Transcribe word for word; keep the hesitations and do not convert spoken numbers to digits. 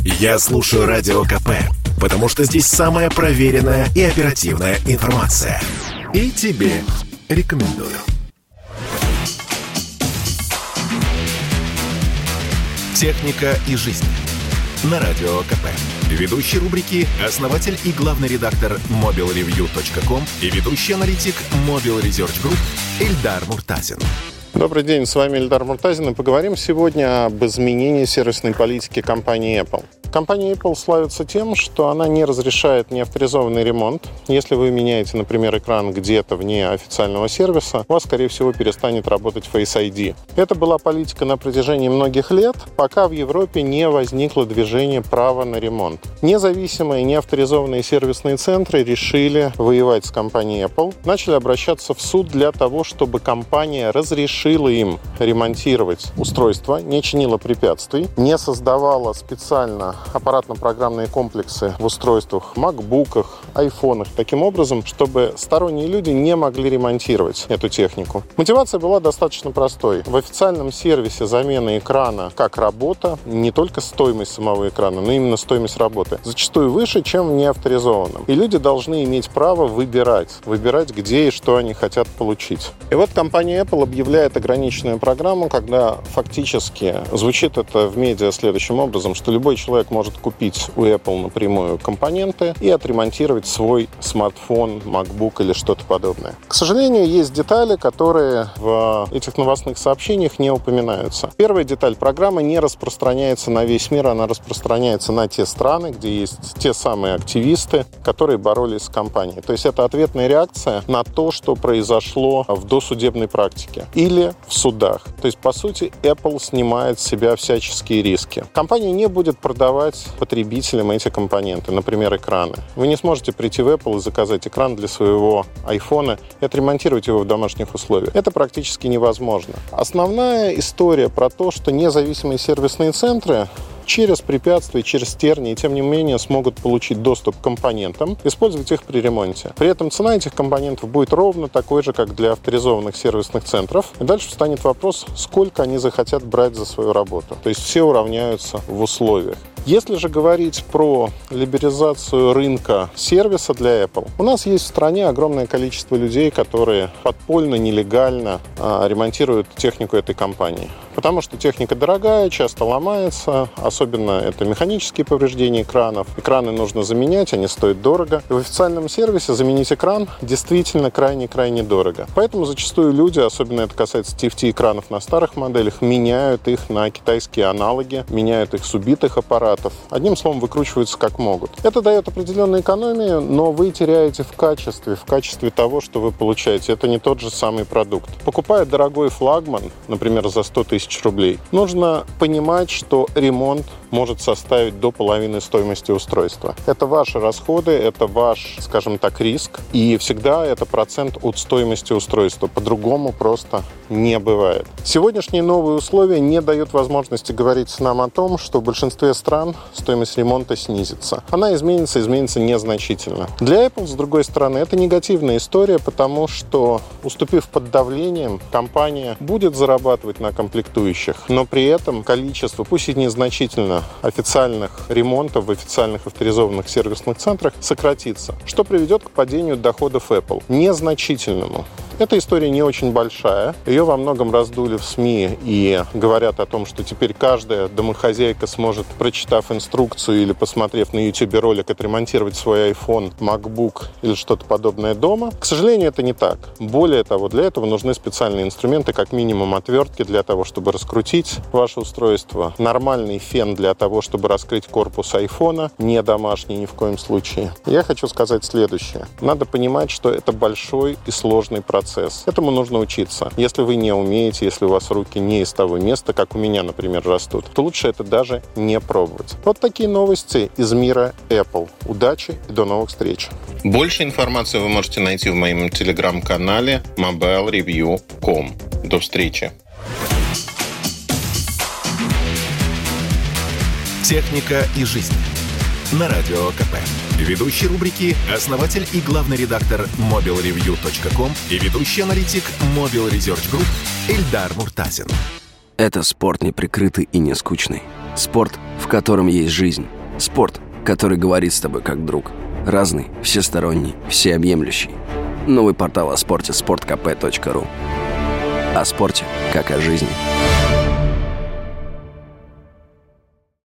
Я слушаю Радио КП, потому что здесь самая проверенная и оперативная информация. И тебе рекомендую. «Техника и жизнь» на Радио КП. Ведущий рубрики – основатель и главный редактор мобил ревью точка ком и ведущий аналитик Mobile Research Group Эльдар Муртазин. Добрый день, с вами Эльдар Муртазин, и поговорим сегодня об изменении сервисной политики компании Apple. Компания Apple славится тем, что она не разрешает неавторизованный ремонт. Если вы меняете, например, экран где-то вне официального сервиса, у вас, скорее всего, перестанет работать Face ай ди. Это была политика на протяжении многих лет, пока в Европе не возникло движение права на ремонт. Независимые неавторизованные сервисные центры решили воевать с компанией Apple, начали обращаться в суд для того, чтобы компания разрешила им ремонтировать устройство, не чинила препятствий, не создавала специально аппаратно-программные комплексы в устройствах, макбуках, айфонах, таким образом, чтобы сторонние люди не могли ремонтировать эту технику. Мотивация была достаточно простой. В официальном сервисе замена экрана как работа, не только стоимость самого экрана, но именно стоимость работы, зачастую выше, чем в неавторизованном. И люди должны иметь право выбирать, выбирать, где и что они хотят получить. И вот компания Apple объявляет ограниченную программу, когда фактически звучит это в медиа следующим образом, что любой человек может купить у Apple напрямую компоненты и отремонтировать свой смартфон, MacBook или что-то подобное. К сожалению, есть детали, которые в этих новостных сообщениях не упоминаются. Первая деталь: программа не распространяется на весь мир, она распространяется на те страны, где есть те самые активисты, которые боролись с компанией. То есть это ответная реакция на то, что произошло в досудебной практике или в судах. То есть, по сути, Apple снимает с себя всяческие риски. Компания не будет продавать потребителям эти компоненты, например, экраны. Вы не сможете прийти в Apple и заказать экран для своего айфона и отремонтировать его в домашних условиях. Это практически невозможно. Основная история про то, что независимые сервисные центры через препятствия, через тернии, и тем не менее смогут получить доступ к компонентам, использовать их при ремонте. При этом цена этих компонентов будет ровно такой же, как для авторизованных сервисных центров. И дальше встанет вопрос, сколько они захотят брать за свою работу. То есть все уравняются в условиях. Если же говорить про либерализацию рынка сервиса для Apple, у нас есть в стране огромное количество людей, которые подпольно, нелегально а, ремонтируют технику этой компании. Потому что техника дорогая, часто ломается, особенно это механические повреждения экранов. Экраны нужно заменять, они стоят дорого. И в официальном сервисе заменить экран действительно крайне-крайне дорого. Поэтому зачастую люди, особенно это касается ти эф ти-экранов на старых моделях, меняют их на китайские аналоги, меняют их с убитых аппаратов. Одним словом, выкручиваются как могут. Это дает определенную экономию, но вы теряете в качестве, в качестве того, что вы получаете. Это не тот же самый продукт. Покупая дорогой флагман, например, за сто тысяч рублей, нужно понимать, что ремонт может составить до половины стоимости устройства. Это ваши расходы, это ваш, скажем так, риск, и всегда это процент от стоимости устройства. По-другому просто не бывает. Сегодняшние новые условия не дают возможности говорить нам о том, что в большинстве стран стоимость ремонта снизится. Она изменится, изменится незначительно. Для Apple, с другой стороны, это негативная история, потому что, уступив под давлением, компания будет зарабатывать на комплектующих, но при этом количество, пусть и незначительно, официальных ремонтов в официальных авторизованных сервисных центрах сократится, что приведет к падению доходов Apple. Незначительному. Эта история не очень большая. Ее во многом раздули в СМИ и говорят о том, что теперь каждая домохозяйка сможет, прочитав инструкцию или посмотрев на YouTube ролик, отремонтировать свой iPhone, MacBook или что-то подобное дома. К сожалению, это не так. Более того, для этого нужны специальные инструменты, как минимум отвертки для того, чтобы раскрутить ваше устройство, нормальный фен для того, чтобы раскрыть корпус айфона, не домашний ни в коем случае. Я хочу сказать следующее. Надо понимать, что это большой и сложный процесс. Этому нужно учиться. Если вы не умеете, если у вас руки не из того места, как у меня, например, растут, то лучше это даже не пробовать. Вот такие новости из мира Apple. Удачи и до новых встреч. Больше информации вы можете найти в моем телеграм-канале мобил ревью точка ком. До встречи. «Техника и жизнь» на Радио КП. Ведущий рубрики – основатель и главный редактор мобил ревью точка ком и ведущий аналитик Mobile Research Group Эльдар Муртазин. Это спорт неприкрытый и не скучный. Спорт, в котором есть жизнь. Спорт, который говорит с тобой как друг. Разный, всесторонний, всеобъемлющий. Новый портал о спорте – спорт кэ пэ точка ру. О спорте, как о жизни.